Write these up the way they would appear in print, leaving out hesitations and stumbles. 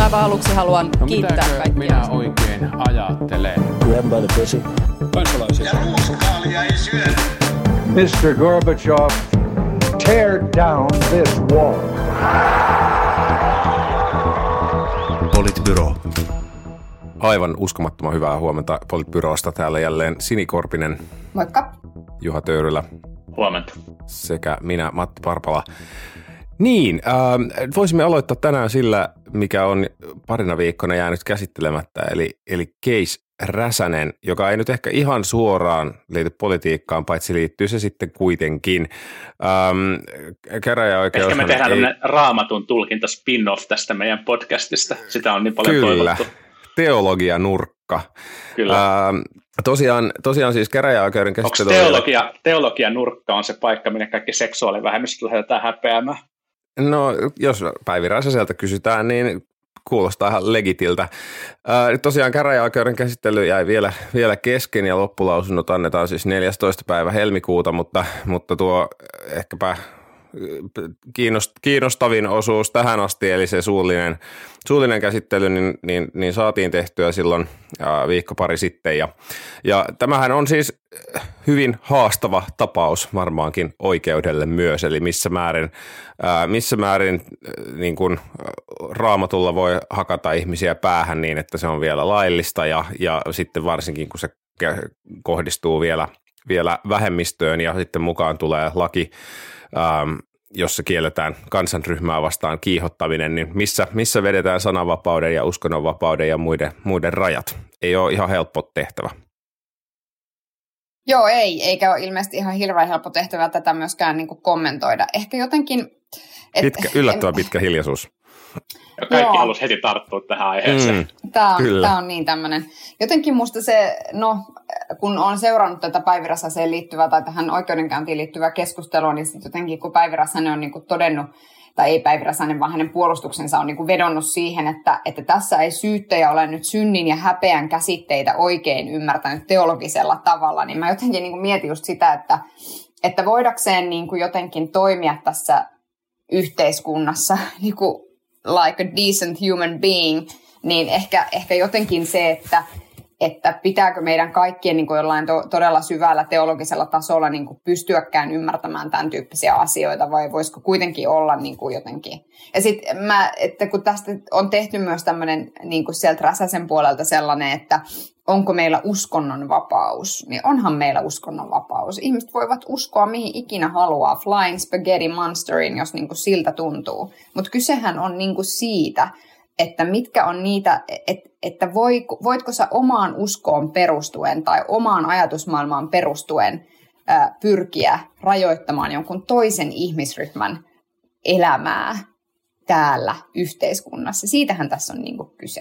aivan aluksi haluan kiittää kaikkia. Minä oikein ajattelen? Grab by the pussy. Kansalaisia. Ja ruuskaalia ei syödä. Mr. Gorbachev, tear down this wall. Politbyro. Aivan uskomattoman hyvää huomenta Politbyrosta. Täällä jälleen Sini Korpinen. Moikka. Juha Töyrylä. Huomenta. Sekä minä, Matti Parpala. Niin, voisimme aloittaa tänään sillä, mikä on parina viikkona jäänyt käsittelemättä, eli Case Räsänen, joka ei nyt ehkä ihan suoraan liity politiikkaan, paitsi liittyy se sitten kuitenkin. Käräjäoikeus. Ehkä me tehdään tämmöinen Raamatun tulkinta spin-off tästä meidän podcastista. Sitä on niin paljon toivottu. Kyllä, teologianurkka. Kyllä. Tosiaan siis käräjäoikeuden käsittely. Onko teologianurkka on se paikka, minne kaikki seksuaalivähemmistöt lähetetään häpeämään? No, jos Päivi Räsäseltä kysytään, niin kuulostaa ihan legitiltä. Tosiaan käräjäoikeuden käsittely jäi vielä kesken ja loppulausunnot annetaan siis 14. päivä helmikuuta, mutta tuo ehkäpä kiinnostavin osuus tähän asti, eli se suullinen käsittely, niin saatiin tehtyä silloin viikko pari sitten. Ja tämähän on siis hyvin haastava tapaus varmaankin oikeudelle myös, eli missä määrin niin kuin Raamatulla voi hakata ihmisiä päähän niin, että se on vielä laillista ja sitten varsinkin kun se kohdistuu vielä vähemmistöön ja sitten mukaan tulee laki, jossa kielletään kansanryhmää vastaan kiihottaminen, niin missä vedetään sananvapauden ja uskonnonvapauden ja muiden rajat? Ei ole ihan helppo tehtävä. Joo, eikä ole ilmeisesti ihan hirveän helppo tehtävä tätä myöskään niin kuin kommentoida. Ehkä jotenkin... Yllättävän pitkä hiljaisuus. Ja kaikki halusi heti tarttua tähän aiheeseen. Tämä on niin tämmöinen. Jotenkin musta se, kun on seurannut tätä Päivi Räsäseen liittyvää tai tähän oikeudenkäyntiin liittyvää keskustelua, niin sitten jotenkin kun Päivi Räsänen on niin kuin todennut, tai ei Päivi Räsänen, vaan hänen puolustuksensa on niin kuin vedonnut siihen, että tässä ei syyttäjä ole nyt synnin ja häpeän käsitteitä oikein ymmärtänyt teologisella tavalla, niin mä jotenkin niin kuin mietin just sitä, että voidakseen niin kuin jotenkin toimia tässä yhteiskunnassa niin kuin like a decent human being, niin ehkä jotenkin se, että pitääkö meidän kaikkien niin kuin jollain todella syvällä teologisella tasolla niin kuin pystyäkään ymmärtämään tämän tyyppisiä asioita, vai voisiko kuitenkin olla niin kuin jotenkin. Ja sitten että kun tästä on tehty myös tämmöinen niin kuin sieltä Räsäsen puolelta sellainen, että onko meillä uskonnonvapaus, niin onhan meillä uskonnonvapaus. Ihmiset voivat uskoa mihin ikinä haluaa, Flying Spaghetti Monsterin, jos niin kuin siltä tuntuu. Mutta kysehän on niin kuin siitä, että mitkä on niitä, että voitko sä omaan uskoon perustuen tai omaan ajatusmaailmaan perustuen pyrkiä rajoittamaan jonkun toisen ihmisryhmän elämää täällä yhteiskunnassa. Siitähän tässä on niin kuin kyse.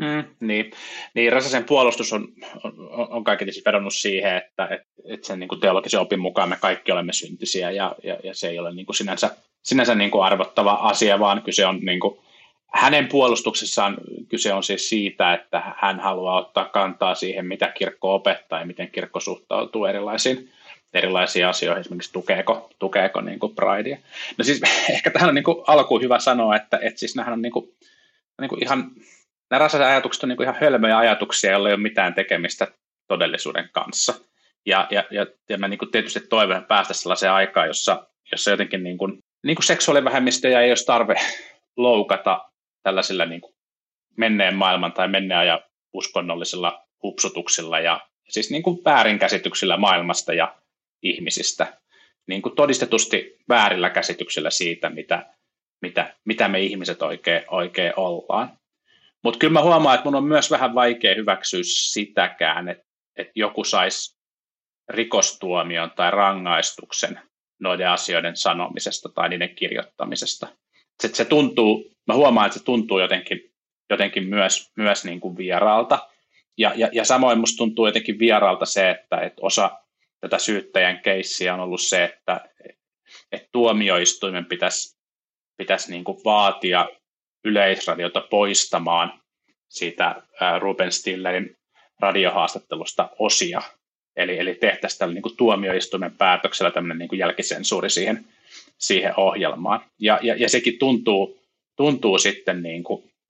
Niin, Räsäsen puolustus on kaiketi vedonnut siihen, että sen niin kuin teologisen opin mukaan me kaikki olemme syntisiä ja se ei ole niin kuin sinänsä niin kuin arvottava asia, vaan kyse on niin kuin, hänen puolustuksessaan kyse on siis siitä, että hän haluaa ottaa kantaa siihen, mitä kirkko opettaa ja miten kirkko suhtautuu erilaisiin asioihin, esimerkiksi tukeeko niin kuin Pridea. No siis ehkä tähän on niin kuin alkuun hyvä sanoa, että siis nämähän on niin kuin ihan, nämä Räsäsen ajatukset on niin kuin ihan hölmöjä ajatuksia, joilla ei ole mitään tekemistä todellisuuden kanssa. Ja mä niin kuin tietysti toivon päästä sellaiseen aikaan, jossa jotenkin niin kuin seksuaalivähemmistöjä ei olisi tarve loukata tällaisilla niin kuin menneen maailman tai menneen ajan uskonnollisilla hupsutuksilla ja siis niin kuin väärinkäsityksillä maailmasta ja ihmisistä, niin kuin todistetusti väärillä käsityksillä siitä, mitä me ihmiset oikein ollaan. Mutta kyllä mä huomaan, että mun on myös vähän vaikea hyväksyä sitäkään, että joku saisi rikostuomion tai rangaistuksen noiden asioiden sanomisesta tai niiden kirjoittamisesta. Se tuntuu, mä huomaan, että se tuntuu jotenkin myös niin kuin vieraalta. Ja samoin musta tuntuu jotenkin vieraalta se, että osa tätä syyttäjän keissiä on ollut se, että tuomioistuimen pitäisi niin kuin vaatia Yleisradiota poistamaan siitä Ruben Stillerin radiohaastattelusta osia. Eli tehtäisiin tällä niin kuin tuomioistuimen päätöksellä tämmöinen niin kuin jälkisensuuri siihen ohjelmaan. Ja sekin tuntuu sitten niin kuin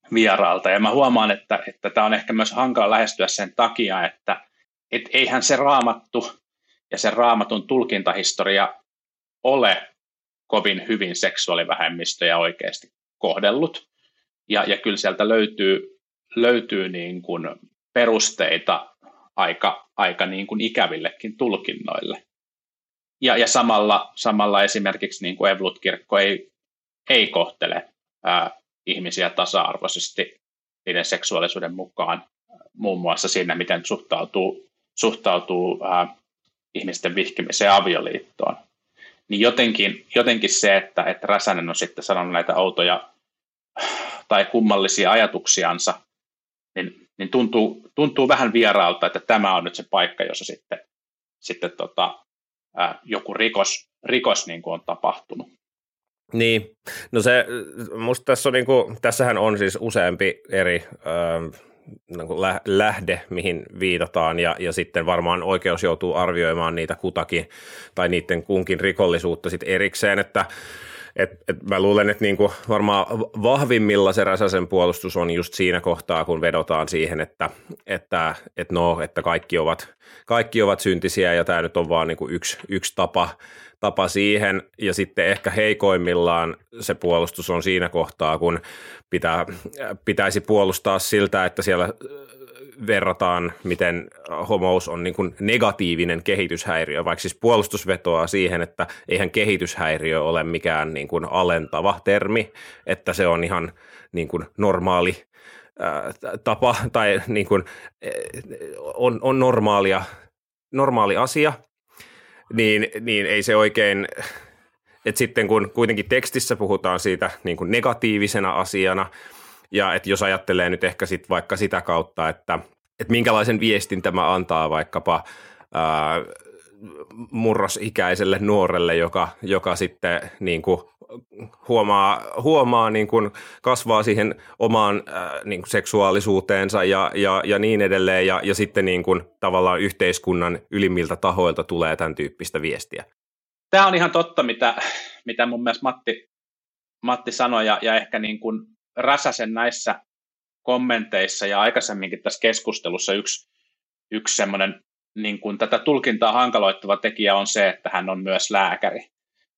vieraalta. Ja mä huomaan, että tämä on ehkä myös hankala lähestyä sen takia, että eihän se Raamattu ja sen Raamatun tulkintahistoria ole kovin hyvin seksuaalivähemmistöjä oikeasti kohdellut. Ja kyllä sieltä löytyy niin kuin perusteita aika niin kuin ikävillekin tulkinnoille. Ja samalla esimerkiksi niin kuin Evankelisluterilainen-kirkko ei kohtele ihmisiä tasa-arvoisesti niiden seksuaalisuuden mukaan, muun muassa siinä, miten suhtautuu ihmisten vihkimiseen avioliittoon. Niin jotenkin se, että Räsänen on sitten sanonut näitä outoja tai kummallisia ajatuksiansa, niin tuntuu vähän vieraalta, että tämä on nyt se paikka, jossa sitten joku rikos niin kuin on tapahtunut. Niin, no se, musta tässä on niin kuin, tässähän on siis useampi eri niin kuin lähde, mihin viitataan, ja sitten varmaan oikeus joutuu arvioimaan niitä kutakin, tai niiden kunkin rikollisuutta sitten erikseen, että mä luulen, että niin kuin varmaan vahvimmilla se Räsäsen puolustus on just siinä kohtaa, kun vedotaan siihen, että kaikki ovat syntisiä, ja tämä nyt on vaan niin kuin yksi tapa siihen, ja sitten ehkä heikoimmillaan se puolustus on siinä kohtaa, kun pitäisi puolustaa siltä, että siellä verrataan, miten homous on niin kuin negatiivinen kehityshäiriö, vaikka siis puolustus vetoaa siihen, että eihän kehityshäiriö ole mikään niin kuin alentava termi, että se on ihan niin kuin normaali tapa tai niin kuin on normaali asia, niin ei se oikein, että sitten kun kuitenkin tekstissä puhutaan siitä niin kuin negatiivisena asiana, ja että jos ajattelee nyt ehkä sit vaikka sitä kautta, että minkälaisen viestin tämä antaa vaikkapa murrosikäiselle nuorelle, joka sitten niin kuin huomaa niin kuin kasvaa siihen omaan niin kuin seksuaalisuuteensa ja niin edelleen, ja sitten niin kuin tavallaan yhteiskunnan ylimmiltä tahoilta tulee tämän tyyppistä viestiä. Tämä on ihan totta, mitä mun mielestä Matti sanoi, ja ehkä niin kuin Räsäsen näissä kommenteissa ja aikaisemminkin tässä keskustelussa yksi semmoinen niin kuin tätä tulkintaa hankaloittava tekijä on se, että hän on myös lääkäri,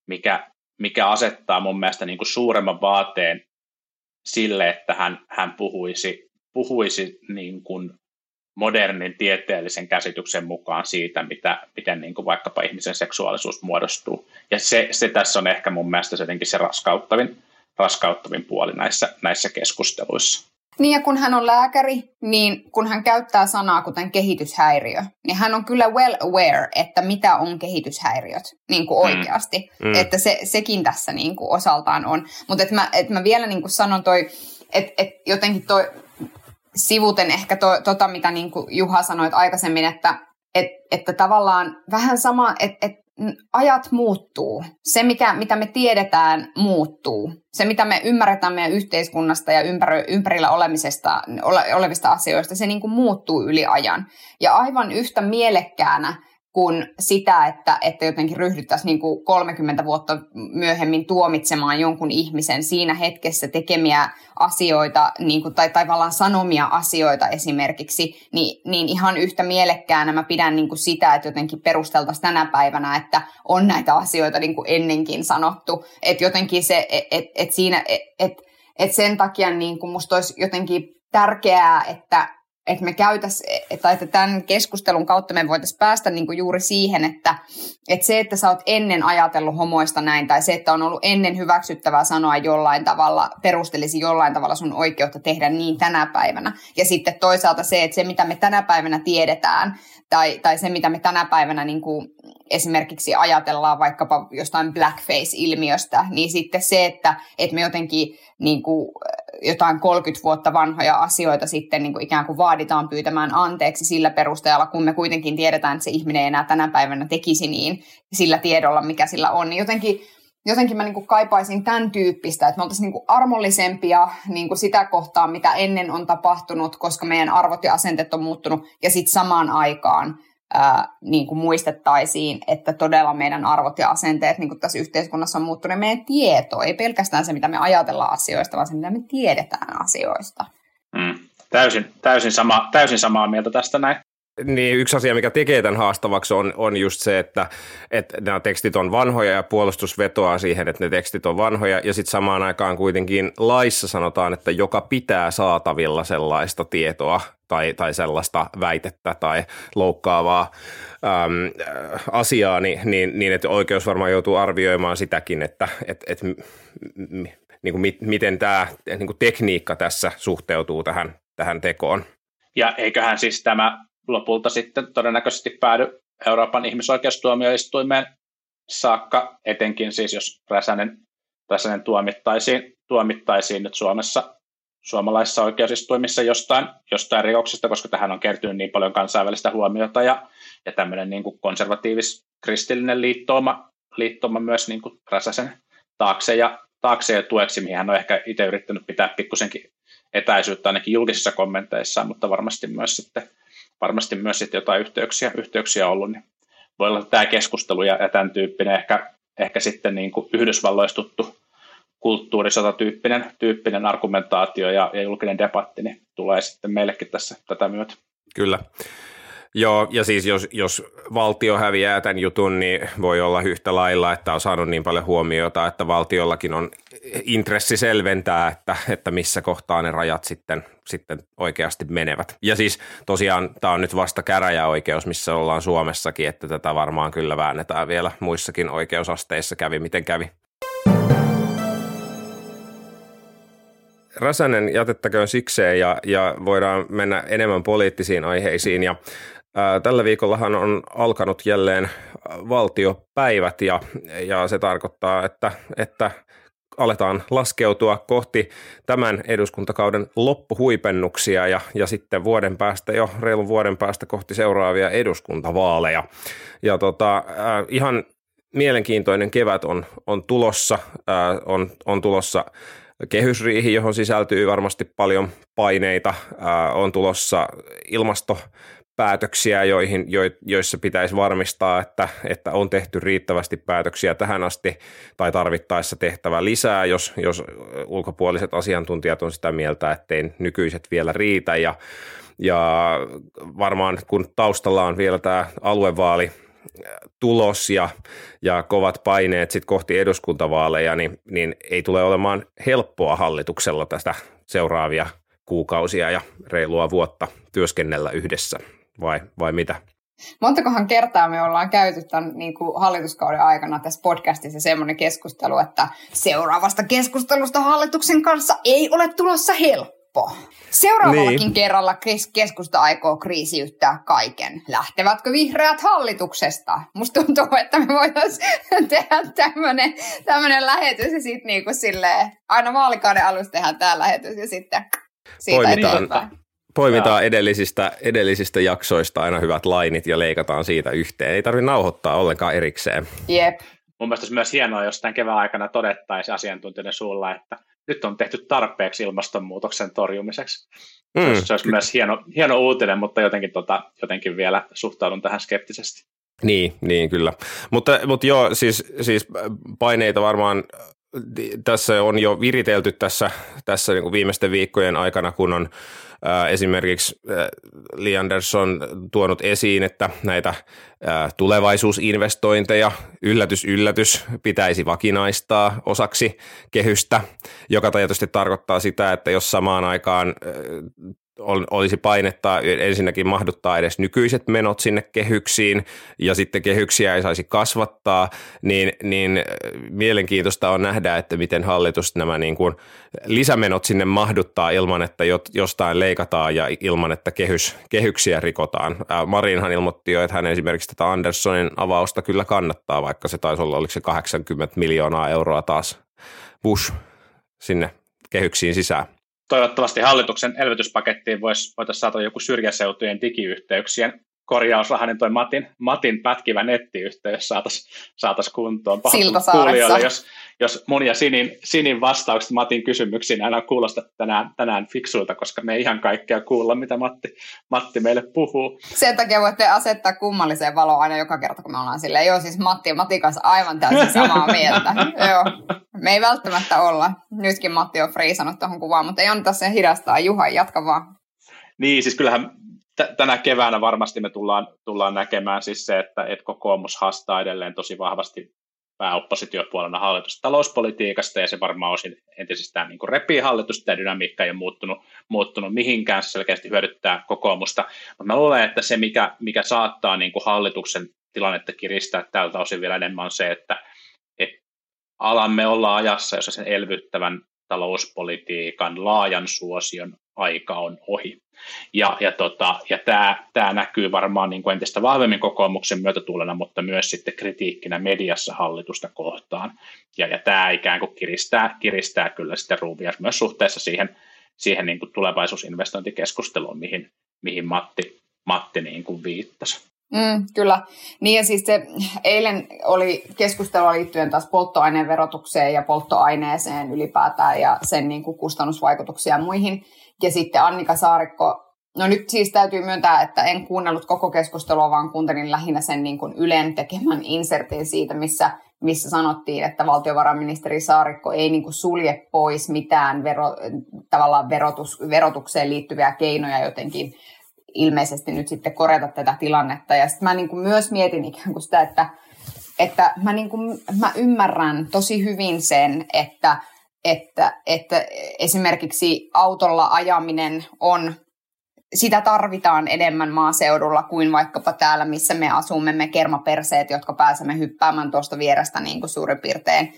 mikä asettaa mun mielestä niin kuin suuremman vaateen sille, että hän puhuisi niin kuin modernin tieteellisen käsityksen mukaan siitä, miten niin kuin vaikkapa ihmisen seksuaalisuus muodostuu. Ja se tässä on ehkä mun mielestä jotenkin se raskauttavin puoli näissä keskusteluissa. Niin, ja kun hän on lääkäri, niin kun hän käyttää sanaa kuten kehityshäiriö, niin hän on kyllä well aware, että mitä on kehityshäiriöt niin kuin oikeasti. Että sekin tässä niin kuin osaltaan on. Mutta et mä vielä niin kuin sanon että jotenkin sivuten ehkä mitä niin kuin Juha sanoit aikaisemmin, että tavallaan vähän sama, että ajat muuttuu. Se, mitä me tiedetään, muuttuu. Se, mitä me ymmärretään meidän yhteiskunnasta ja ympärillä olevista asioista, se niin kuin muuttuu yli ajan. Ja aivan yhtä mielekkäänä kuin sitä, että jotenkin ryhdyttäisiin niin kuin 30 vuotta myöhemmin tuomitsemaan jonkun ihmisen siinä hetkessä tekemiä asioita niin kuin, tai tavallaan sanomia asioita esimerkiksi, niin ihan yhtä mielekkäänä mä pidän niin kuin sitä, että jotenkin perusteltaisiin tänä päivänä, että on näitä asioita niin kuin ennenkin sanottu. Että jotenkin se, että siinä, että sen takia niin kuin musta olisi jotenkin tärkeää, että me käytäisiin, että tämän keskustelun kautta me voitaisiin päästä niinku juuri siihen, että se, että sä oot ennen ajatellut homoista näin, tai se, että on ollut ennen hyväksyttävää sanoa jollain tavalla, perustelisi jollain tavalla sun oikeutta tehdä niin tänä päivänä. Ja sitten toisaalta se, että se, mitä me tänä päivänä tiedetään, tai se, mitä me tänä päivänä niinku esimerkiksi ajatellaan vaikkapa jostain blackface-ilmiöstä, niin sitten se, että me jotenkin niinku jotain 30 vuotta vanhoja asioita sitten niin kuin ikään kuin vaaditaan pyytämään anteeksi sillä perusteella, kun me kuitenkin tiedetään, että se ihminen ei enää tänä päivänä tekisi niin sillä tiedolla, mikä sillä on. Niin jotenkin mä niin kuin kaipaisin tämän tyyppistä, että me oltaisiin niin kuin armollisempia niin kuin sitä kohtaa, mitä ennen on tapahtunut, koska meidän arvot ja asenteet on muuttunut, ja sitten samaan aikaan niin kuin muistettaisiin, että todella meidän arvot ja asenteet niin kuin tässä yhteiskunnassa on muuttunut. Meidän tieto, ei pelkästään se, mitä me ajatellaan asioista, vaan se, mitä me tiedetään asioista. Täysin samaa mieltä tästä näin. Niin, yksi asia, mikä tekee tämän haastavaksi, on just se, että nämä tekstit on vanhoja ja puolustus vetoaa siihen, että ne tekstit on vanhoja. Ja sitten samaan aikaan kuitenkin laissa sanotaan, että joka pitää saatavilla sellaista tietoa tai sellaista väitettä tai loukkaavaa asiaa, niin että oikeus varmaan joutuu arvioimaan sitäkin, että niin kuin miten tämä niin kuin tekniikka tässä suhteutuu tähän tekoon. Ja eiköhän siis tämä lopulta sitten todennäköisesti päädy Euroopan ihmisoikeustuomioistuimeen saakka, etenkin siis jos Räsänen tuomittaisiin nyt suomalaisissa oikeusistuimissa jostain rikoksesta, koska tähän on kertynyt niin paljon kansainvälistä huomiota ja tämmöinen niin kuin konservatiivis-kristillinen liittouma myös niin kuin Räsäsen taakse ja tueksi, mihin hän on ehkä itse yrittänyt pitää pikkusenkin etäisyyttä ainakin julkisissa kommenteissaan, mutta varmasti myös sitten jotain yhteyksiä ollut, niin voi olla tämä keskustelu ja tämän tyyppinen ehkä sitten niin kuin Yhdysvalloissa tuttu kulttuurisotatyyppinen argumentaatio ja julkinen debatti, niin tulee sitten meillekin tässä tätä myötä. Kyllä. Joo, ja siis jos valtio häviää tämän jutun, niin voi olla yhtä lailla, että on saanut niin paljon huomiota, että valtiollakin on intressi selventää, että missä kohtaa ne rajat sitten oikeasti menevät. Ja siis tosiaan tämä on nyt vasta käräjäoikeus, missä ollaan Suomessakin, että tätä varmaan kyllä väännetään vielä muissakin oikeusasteissa, kävi miten kävi. Räsänen jätettäköön sikseen ja voidaan mennä enemmän poliittisiin aiheisiin ja tällä viikollahan on alkanut jälleen valtiopäivät ja se tarkoittaa, että aletaan laskeutua kohti tämän eduskuntakauden loppuhuipennuksia ja sitten reilun vuoden päästä kohti seuraavia eduskuntavaaleja. Ja ihan mielenkiintoinen kevät on tulossa, on tulossa kehysriihi, johon sisältyy varmasti paljon paineita, on tulossa ilmastopäätöksiä, joissa pitäisi varmistaa, että on tehty riittävästi päätöksiä tähän asti tai tarvittaessa tehtävä lisää, jos ulkopuoliset asiantuntijat on sitä mieltä, ettei nykyiset vielä riitä. Ja varmaan kun taustalla on vielä tämä aluevaali tulos ja kovat paineet sit kohti eduskuntavaaleja, niin ei tule olemaan helppoa hallituksella tästä seuraavia kuukausia ja reilua vuotta työskennellä yhdessä, vai mitä? Montakohan kertaa me ollaan käyty tämän niin kuin hallituskauden aikana tässä podcastissa semmoinen keskustelu, että seuraavasta keskustelusta hallituksen kanssa ei ole tulossa helppo. Seuraavallakin kerralla keskusta aikoo kriisiyttää kaiken. Lähtevätkö vihreät hallituksesta? Musta tuntuu, että me voitaisiin tehdä tämmöinen lähetys ja sitten niinku silleen, aina vaalikauden alussa tehdään tämä lähetys ja sitten siitä eteenpäin. Poimitaan edellisistä jaksoista aina hyvät lainit ja leikataan siitä yhteen. Ei tarvitse nauhoittaa ollenkaan erikseen. Jep. Mun mielestä olisi myös hienoa, jos tämän kevään aikana todettaisiin asiantuntijoiden suulla, että nyt on tehty tarpeeksi ilmastonmuutoksen torjumiseksi. Se olisi myös hieno uutinen, mutta jotenkin vielä suhtaudun tähän skeptisesti. Niin kyllä. Mutta joo, siis paineita varmaan tässä on jo viritelty tässä niin kuin viimeisten viikkojen aikana, kun on esimerkiksi Li Andersson tuonut esiin, että näitä tulevaisuusinvestointeja, yllätys, pitäisi vakinaistaa osaksi kehystä, joka tietysti tarkoittaa sitä, että jos samaan aikaan olisi painetta ensinnäkin mahduttaa edes nykyiset menot sinne kehyksiin ja sitten kehyksiä ei saisi kasvattaa, niin mielenkiintoista on nähdä, että miten hallitus nämä niin kuin lisämenot sinne mahduttaa ilman, että jostain leikataan ja ilman, että kehyksiä rikotaan. Marinhan ilmoitti jo, että hän esimerkiksi tätä Anderssonin avausta kyllä kannattaa, vaikka se taisi olla, oliko se 80 miljoonaa euroa taas push sinne kehyksiin sisään. Toivottavasti hallituksen elvytyspakettiin voitaisiin saada joku syrjäseutujen digiyhteyksien korjausraha, niin toi Matin pätkivä nettiyhteys saataisiin kuntoon. Siltasaaressa. Jos mun ja Sinin vastaukset Matin kysymyksiin aina kuulostaa tänään fiksuilta, koska me ei ihan kaikkea kuulla, mitä Matti meille puhuu. Sen takia voitte asettaa kummalliseen valoon aina joka kerta, kun me ollaan silleen, joo siis Matti ja Matin kanssa aivan täysin samaa mieltä. Joo, me ei välttämättä olla. Nytkin Matti on friisannut tuohon kuvaan, mutta ei anneta sen hidastaa. Juha, jatka vaan. Niin, siis kyllähän tänä keväänä varmasti me tullaan näkemään siis se, että kokoomus haastaa edelleen tosi vahvasti pääoppositiopuolena hallitusta talouspolitiikasta, ja se varmaan osin entisestään niin kuin repii hallitusta, ja dynamiikka ei ole muuttunut mihinkään, se selkeästi hyödyttää kokoomusta. Mutta mä luulen, että se, mikä saattaa niin kuin hallituksen tilannetta kiristää tältä osin vielä enemmän, on se, että alamme olla ajassa, jossa sen elvyttävän talouspolitiikan laajan suosion aika on ohi. Ja tämä näkyy varmaan niin kuin entistä vahvemmin kokoomuksen myötätuulena, mutta myös sitten kritiikkinä mediassa hallitusta kohtaan. Ja tämä ikään kuin kiristää kyllä sitten ruuvia myös suhteessa siihen niin kuin tulevaisuusinvestointikeskusteluun, mihin Matti niin kuin viittasi. Kyllä. Niin ja siis eilen oli keskustelua liittyen taas polttoaineen verotukseen ja polttoaineeseen ylipäätään ja sen niin kuin kustannusvaikutuksia ja muihin. Ja sitten Annika Saarikko, no nyt siis täytyy myöntää, että en kuunnellut koko keskustelua, vaan kuuntelin lähinnä sen niin kuin Ylen tekemän insertin siitä, missä sanottiin, että valtiovarainministeri Saarikko ei niin kuin sulje pois mitään tavallaan verotukseen liittyviä keinoja jotenkin ilmeisesti nyt sitten korjata tätä tilannetta. Ja sitten mä niin kuin myös mietin ikään kuin sitä, että mä ymmärrän tosi hyvin sen, että esimerkiksi autolla ajaminen sitä tarvitaan enemmän maaseudulla kuin vaikkapa täällä, missä me asumme, me kermaperseet, jotka pääsemme hyppäämään tuosta vierestä niin kuin suurin piirtein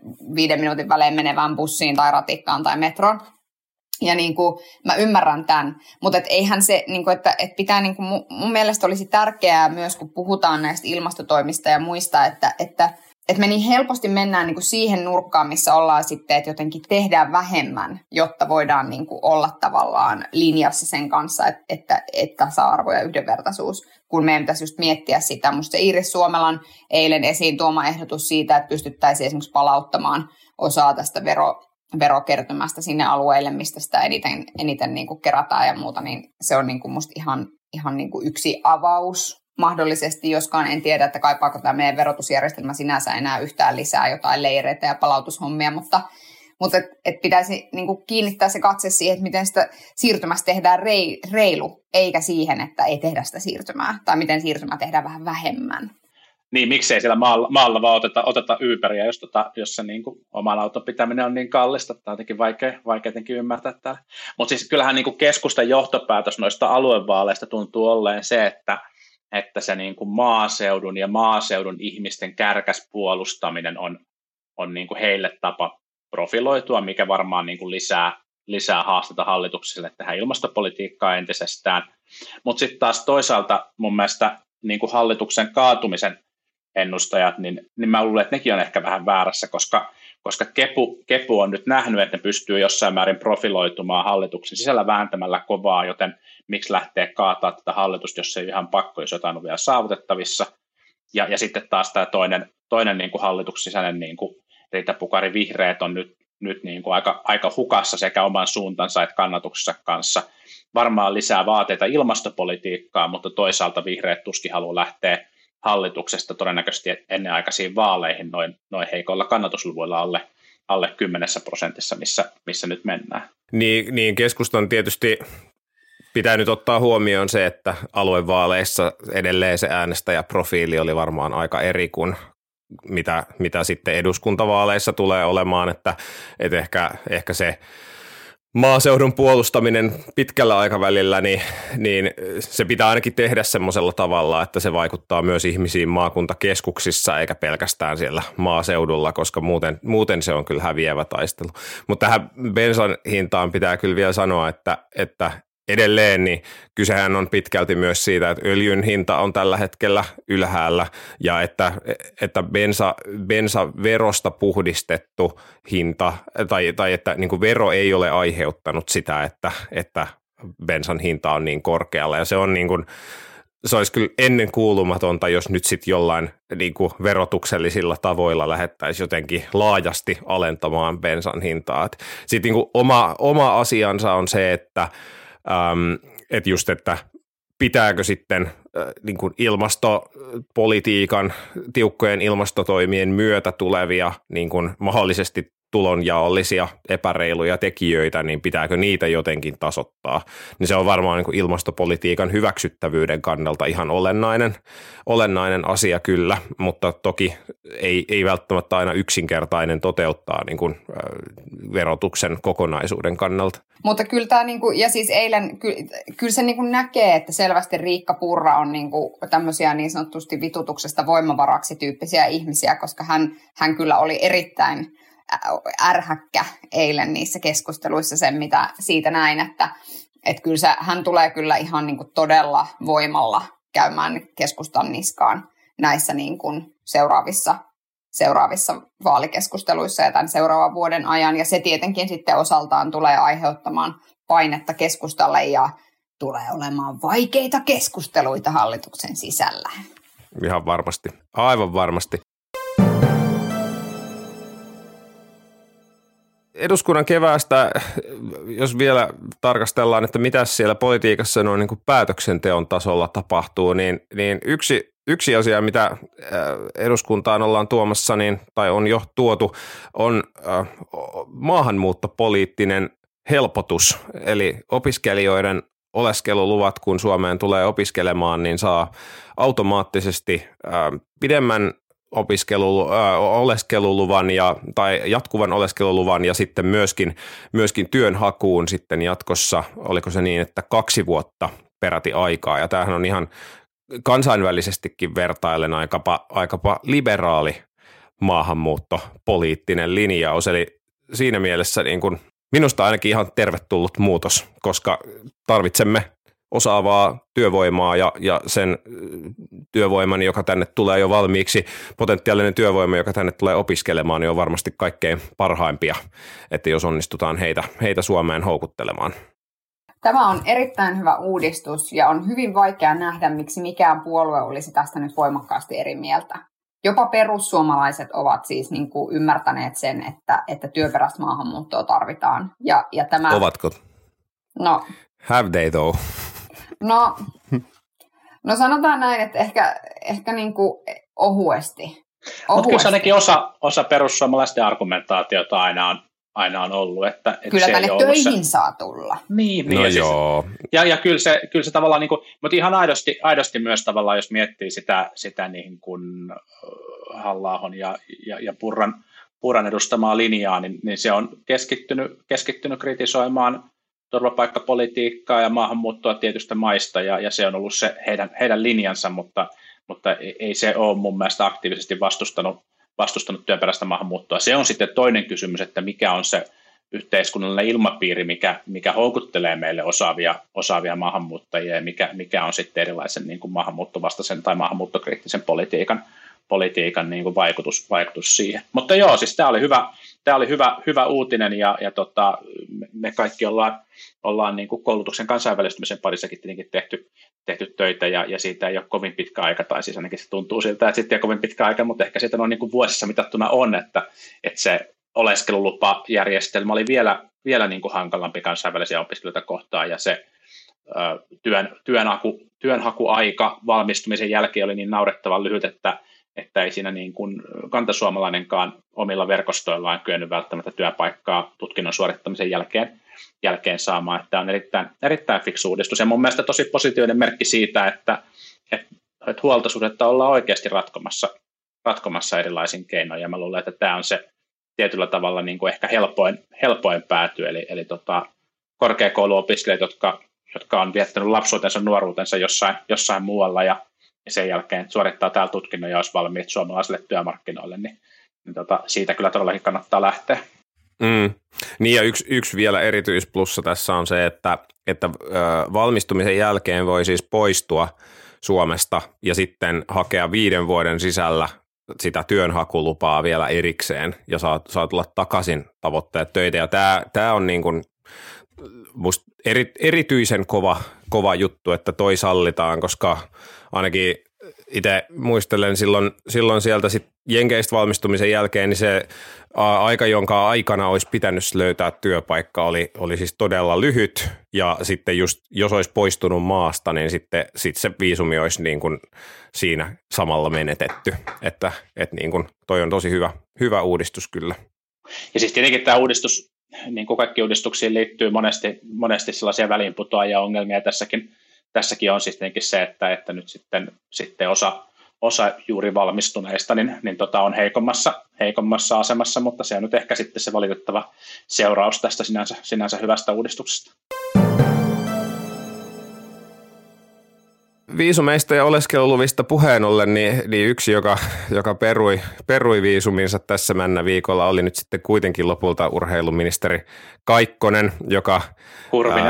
5 minuutin välein menevään bussiin tai ratikkaan tai metroon. Ja niin kuin, mä ymmärrän tämän, mutta eihän se, niin kuin, että pitää, niin kuin, mun mielestä olisi tärkeää myös, kun puhutaan näistä ilmastotoimista ja muista, että me niin helposti mennään niin kuin siihen nurkkaan, missä ollaan sitten, että jotenkin tehdään vähemmän, jotta voidaan niin kuin olla tavallaan linjassa sen kanssa, että tasa-arvo ja yhdenvertaisuus, kun meidän pitäisi just miettiä sitä. Musta se Iiris Suomelan eilen esiin tuoma ehdotus siitä, että pystyttäisiin esimerkiksi palauttamaan osaa tästä verokertymästä sinne alueille, mistä sitä eniten niin kuin kerätään ja muuta, niin se on niin kuin musta ihan niin kuin yksi avaus mahdollisesti, joskaan en tiedä, että kaipaako tämä meidän verotusjärjestelmä sinänsä enää yhtään lisää jotain leireitä ja palautushommia, mutta et pitäisi niin kuin kiinnittää se katse siihen, että miten sitä siirtymästä tehdään reilu, eikä siihen, että ei tehdä sitä siirtymää, tai miten siirtymää tehdään vähän vähemmän. Niin, miksei siellä maalla vaan oteta Uberia, jos se niin kuin oman auton pitäminen on niin kallista. Tämä on jotenkin vaikea jotenkin ymmärtää täällä. Mutta siis kyllähän niin kuin keskustan johtopäätös noista aluevaaleista tuntuu olleen se, että se niin kuin maaseudun ja maaseudun ihmisten kärkäs puolustaminen on niin kuin heille tapa profiloitua, mikä varmaan niin kuin lisää haastetta hallitukselle tehdä ilmastopolitiikkaa entisestään. Mutta sitten taas toisaalta mun mielestä niin kuin hallituksen kaatumisen ennustajat, niin mä luulen, että nekin on ehkä vähän väärässä, koska Kepu on nyt nähnyt, että ne pystyy jossain määrin profiloitumaan hallituksen sisällä vääntämällä kovaa, joten miksi lähtee kaataa tätä hallitusta, jos ei ihan pakko, jos jotain on vielä saavutettavissa. Ja sitten taas tämä toinen niin kuin hallituksen sisäinen niin kuin Riitta Pukari vihreät on nyt niin kuin aika hukassa sekä oman suuntansa että kannatuksensa kanssa. Varmaan lisää vaateita ilmastopolitiikkaa, mutta toisaalta vihreät tuskin haluaa lähteä hallituksesta todennäköisesti ennenaikaisiin vaaleihin noin heikoilla kannatusluvuilla alle 10%, missä nyt mennään. Niin keskustan tietysti pitää nyt ottaa huomioon se, että aluevaaleissa edelleen se äänestäjäprofiili oli varmaan aika eri kuin mitä sitten eduskuntavaaleissa tulee olemaan, että ehkä se maaseudun puolustaminen pitkällä aikavälillä, niin se pitää ainakin tehdä semmoisella tavalla, että se vaikuttaa myös ihmisiin maakuntakeskuksissa eikä pelkästään siellä maaseudulla, koska muuten se on kyllä häviävä taistelu. Mutta tähän bensan hintaan pitää kyllä vielä sanoa, että edelleen niin kysehän on pitkälti myös siitä, että öljyn hinta on tällä hetkellä ylhäällä ja että bensaverosta puhdistettu hinta tai että niin kuin vero ei ole aiheuttanut sitä, että bensan hinta on niin korkealla ja se on niin kuin se olisi kyllä ennen kuulumatonta, jos nyt sitten jollain niin kuin verotuksellisilla tavoilla lähettäisiin jotenkin laajasti alentamaan bensan hintaa. Sitten niin kuin oma asiansa on se, että pitääkö sitten niin kuin ilmastopolitiikan, tiukkojen ilmastotoimien myötä tulevia niin kuin mahdollisesti tulonjaollisia epäreiluja tekijöitä, niin pitääkö niitä jotenkin tasoittaa. Niin se on varmaan niin kuin ilmastopolitiikan hyväksyttävyyden kannalta ihan olennainen asia kyllä, mutta toki ei välttämättä aina yksinkertainen toteuttaa niin kuin verotuksen kokonaisuuden kannalta. Mutta kyllä tämä, niinku, ja siis eilen, kyllä se niinku näkee, että selvästi Riikka Purra on niinku tämmöisiä niin sanotusti vitutuksesta voimavaraksi tyyppisiä ihmisiä, koska hän kyllä oli erittäin ärhäkkä eilen niissä keskusteluissa sen, mitä siitä näin, että kyllä hän tulee kyllä ihan niinku todella voimalla käymään keskustan niskaan näissä niinku seuraavissa vaalikeskusteluissa ja tämän seuraavan vuoden ajan. Ja se tietenkin sitten osaltaan tulee aiheuttamaan painetta keskustalle ja tulee olemaan vaikeita keskusteluita hallituksen sisällä. Ihan varmasti. Aivan varmasti. Eduskunnan keväästä, jos vielä tarkastellaan, että mitä siellä politiikassa noin niin kuin päätöksenteon tasolla tapahtuu, niin yksi asia, mitä eduskuntaan ollaan tuomassa tai on jo tuotu, on maahanmuuttopoliittinen helpotus. Eli opiskelijoiden oleskeluluvat, kun Suomeen tulee opiskelemaan, niin saa automaattisesti pidemmän oleskeluluvan tai jatkuvan oleskeluluvan ja sitten myöskin työnhakuun sitten jatkossa, oliko se niin, että 2 vuotta peräti aikaa. Ja tämähän on ihan kansainvälisestikin vertaillen aikapa liberaali maahanmuuttopoliittinen linjaus. Eli siinä mielessä niin kuin minusta ainakin ihan tervetullut muutos, koska tarvitsemme osaavaa työvoimaa ja sen työvoiman, joka tänne tulee jo valmiiksi, potentiaalinen työvoima, joka tänne tulee opiskelemaan, niin on varmasti kaikkein parhaimpia, että jos onnistutaan heitä Suomeen houkuttelemaan. Tämä on erittäin hyvä uudistus ja on hyvin vaikea nähdä, miksi mikään puolue olisi tästä nyt voimakkaasti eri mieltä. Jopa perussuomalaiset ovat siis niin kuin ymmärtäneet sen, että työperäistä maahanmuuttoa tarvitaan. Ja tämä, ovatko? No. Have they though? No sanotaan näin, että ehkä niin kuin ohuesti. Mutta kyllä se ainakin osa perussuomalaisten argumentaatiota aina on ollut. Että kyllä se tänne töihin saa tulla. Niin, no joo. Ja kyllä se tavallaan, niin kuin, mutta ihan aidosti myös tavallaan, jos miettii sitä niin kuin Halla-ahon ja Purran edustamaa linjaa, niin se on keskittynyt kritisoimaan turvapaikkapolitiikkaa ja maahanmuuttoa tietystä maista, ja se on ollut se heidän linjansa, mutta ei se ole mun mielestä aktiivisesti vastustanut työperäistä maahanmuuttoa. Se on sitten toinen kysymys, että mikä on se yhteiskunnallinen ilmapiiri, mikä houkuttelee meille osaavia maahanmuuttajia, ja mikä on sitten erilaisen niin kuin maahanmuuttovastaisen tai maahanmuuttokriittisen politiikan niin kuin vaikutus siihen. Mutta joo, siis tämä oli hyvä uutinen, ja me kaikki ollaan niin kuin koulutuksen kansainvälistymisen parissakin tietenkin tehty töitä, ja siitä ei ole kovin pitkä aika, tai siis ainakin se tuntuu siltä, että sitten ei ole kovin pitkä aika, mutta ehkä siitä on niin kuin vuosissa mitattuna on, että se oleskelulupajärjestelmä oli vielä niin kuin hankalampi kansainvälisiä opiskelijoita kohtaan, ja se työnhakuaika valmistumisen jälkeen oli niin naurettavan lyhyt, että ei siinä niin kuin kantasuomalainenkaan omilla verkostoillaan kyennyt välttämättä työpaikkaa tutkinnon suorittamisen jälkeen saamaan. Tämä on erittäin fiksu uudistus, ja mun mielestä tosi positiivinen merkki siitä, että huoltosuhdetta ollaan oikeasti ratkomassa erilaisin keinoin, ja mä luulen, että tämä on se tietyllä tavalla niin kuin ehkä helpoin pääty, eli korkeakouluopiskelijat, jotka on viettänyt lapsuutensa, nuoruutensa jossain muualla, ja sen jälkeen suorittaa täällä tutkinnon ja olisi valmiit suomalaisille työmarkkinoille, niin siitä kyllä todellakin kannattaa lähteä. Niin, ja yksi vielä erityisplussa tässä on se, että valmistumisen jälkeen voi siis poistua Suomesta ja sitten hakea 5 vuoden sisällä sitä työnhakulupaa vielä erikseen ja saa tulla takaisin tavoitteet töitä. Ja tämä on niin kuin musta erityisen kova juttu, että toi sallitaan, koska ainakin itse muistelen silloin sieltä sit Jenkeistä valmistumisen jälkeen, niin se aika, jonka aikana olisi pitänyt löytää työpaikka, oli siis todella lyhyt, ja sitten just jos olisi poistunut maasta, niin sitten se viisumi olisi niin kuin siinä samalla menetetty, että niin kuin toi on tosi hyvä uudistus kyllä. Ja siis tietenkin tämä uudistus, niin kuin kaikki uudistuksiin liittyy monesti sellaisia väliinputoajia ongelmia. Tässäkin on siis tietenkin se, että nyt sitten osa juuri valmistuneista niin on heikommassa asemassa, mutta se on nyt ehkä sitten se valitettava seuraus tästä sinänsä hyvästä uudistuksesta. Viisumeista ja oleskeluluvista puheen ollen, niin yksi, joka perui viisuminsa tässä männä viikolla, oli nyt sitten kuitenkin lopulta urheiluministeri Kaikkonen, joka... Kurvinen.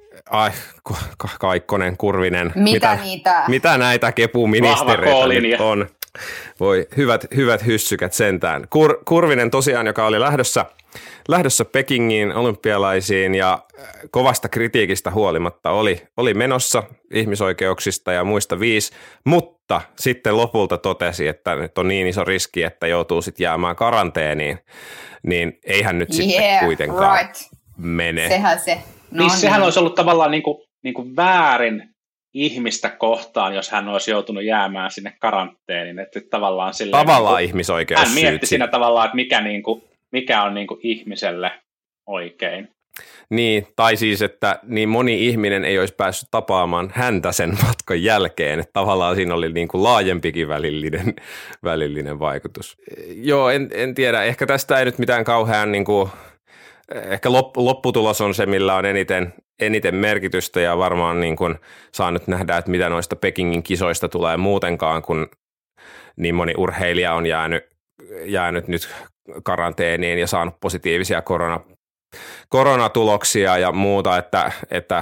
Kaikkonen, Kurvinen. Mitä näitä kepuministereitä nyt on? Voi hyvät hyssykät sentään. Kurvinen tosiaan, joka oli lähdössä Pekingiin olympialaisiin ja kovasta kritiikistä huolimatta oli menossa ihmisoikeuksista ja muista 5, mutta sitten lopulta totesi, että nyt on niin iso riski, että joutuu sitten jäämään karanteeniin, niin eihän nyt sitten kuitenkaan mene. Sehän se. No niin sehän olisi ollut tavallaan niin kuin väärin ihmistä kohtaan, jos hän olisi joutunut jäämään sinne karanteeniin. Että tavallaan ihmisoikeus. Hän mietti siinä tavallaan, että mikä on niin kuin ihmiselle oikein. Niin, tai siis, että niin moni ihminen ei olisi päässyt tapaamaan häntä sen matkan jälkeen. Että tavallaan siinä oli niin kuin laajempikin välillinen vaikutus. Joo, en tiedä. Ehkä tästä ei nyt mitään kauhean... Niin kuin ehkä lopputulos on se, millä on eniten merkitystä ja varmaan niin kuin saa nyt nähdä, että mitä noista Pekingin kisoista tulee muutenkaan, kun niin moni urheilija on jäänyt nyt karanteeniin ja saanut positiivisia koronatuloksia ja muuta, että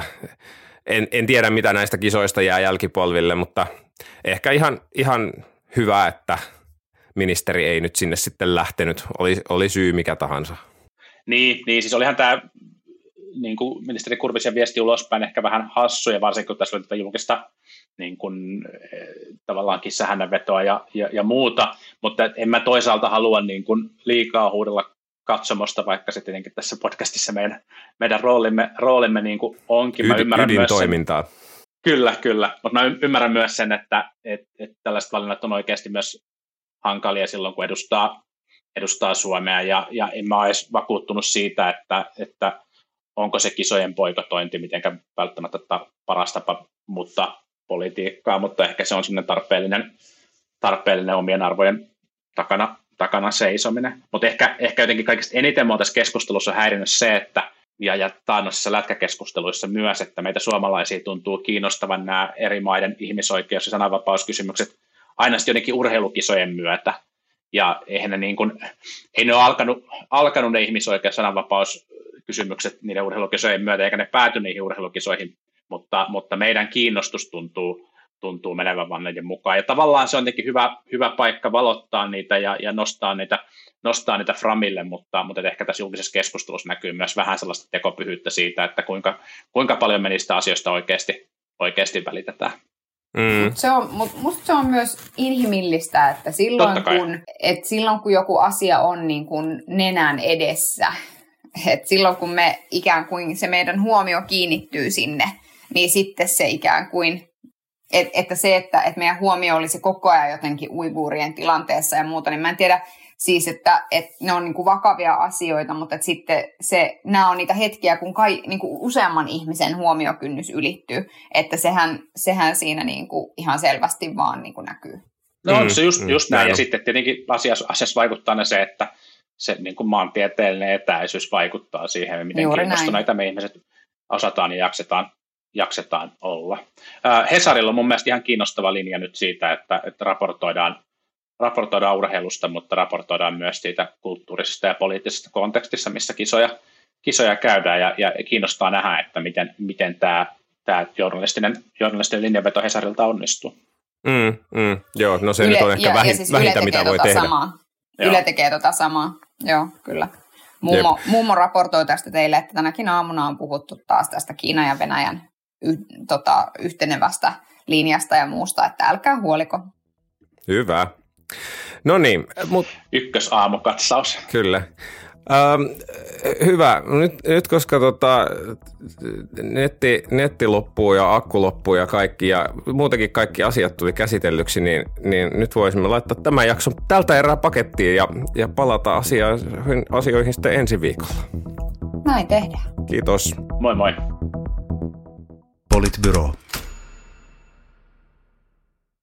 en tiedä, mitä näistä kisoista jää jälkipolville, mutta ehkä ihan hyvä, että ministeri ei nyt sinne sitten lähtenyt, oli syy mikä tahansa. Niin, siis olihan tämä niin kuin ministeri Kurvisen viesti ulospäin ehkä vähän hassu, ja varsinkin kun tässä oli tätä julkista niin kuin, tavallaan kissahännänvetoa ja muuta, mutta en mä toisaalta halua niin kuin liikaa huudella katsomosta, vaikka se tietenkin tässä podcastissa meidän roolimme niin kuin onkin. Ydintoimintaa. Kyllä, mutta mä ymmärrän myös sen, että tällaiset valinnat on oikeasti myös hankalia silloin, kun edustaa Suomea, ja en mä ole edes vakuuttunut siitä, että onko se kisojen boikotointi mitenkään välttämättä paras tapa muuttaa politiikkaa, mutta ehkä se on semmoinen tarpeellinen omien arvojen takana seisominen. Mutta ehkä jotenkin kaikista eniten mua tässä keskustelussa on häirinnyt se, että ja taannoisissa lätkäkeskusteluissa myös, että meitä suomalaisia tuntuu kiinnostavan nämä eri maiden ihmisoikeus- ja sananvapauskysymykset aina sitten jotenkin urheilukisojen myötä. Ja eihän ei ne ole alkanut ne ihmisoikeus- ja sananvapauskysymykset niiden urheilukisojen myötä, eikä ne pääty niihin urheilukisoihin, mutta meidän kiinnostus tuntuu menevän vaan niiden mukaan. Ja tavallaan se on jotenkin hyvä paikka valottaa niitä ja nostaa niitä framille, mutta ehkä tässä julkisessa keskustelussa näkyy myös vähän sellaista tekopyhyyttä siitä, että kuinka paljon me niistä asioista oikeasti välitetään. Musta se on myös inhimillistä, että silloin kun joku asia on niin kuin nenän edessä, että silloin kun me ikään kuin se meidän huomio kiinnittyy sinne, niin sitten se ikään kuin, että meidän huomio olisi koko ajan jotenkin uiguurien tilanteessa ja muuta, niin mä en tiedä siis, että ne on niin kuin vakavia asioita, mutta että sitten nämä on niitä hetkiä, kun niin kuin useamman ihmisen huomiokynnys ylittyy, että sehän siinä niin kuin ihan selvästi vaan niin kuin näkyy. No on se just näin, ja sitten tietenkin asiassa vaikuttaa se, että se niin kuin maantieteellinen etäisyys vaikuttaa siihen, miten kiinnostuneita me ihmiset osataan ja jaksetaan olla. Hesarilla on mun mielestä ihan kiinnostava linja nyt siitä, että raportoidaan urheilusta, mutta raportoidaan myös siitä kulttuurisesta ja poliittisesta kontekstissa, missä kisoja käydään, ja kiinnostaa nähdä, että miten tämä journalistinen linjanveto Hesarilta onnistuu. Joo, no se nyt on ehkä vähintä, mitä voi tehdä. Yle tekee samaa, joo, kyllä. Mummo raportoi tästä teille, että tänäkin aamuna on puhuttu taas tästä Kiinan ja Venäjän yhtenevästä linjasta ja muusta, että älkää huoliko. Hyvä. No niin. Ykkösaamukatsaus. Kyllä. Hyvä. Nyt koska netti loppuu ja akku loppuu ja kaikki ja muutenkin kaikki asiat tuli käsitellyksi, niin nyt voisimme laittaa tämän jakson tältä erää pakettiin ja palata asioihin sitten ensi viikolla. Näin tehdään. Kiitos. Moi moi. Politbyro.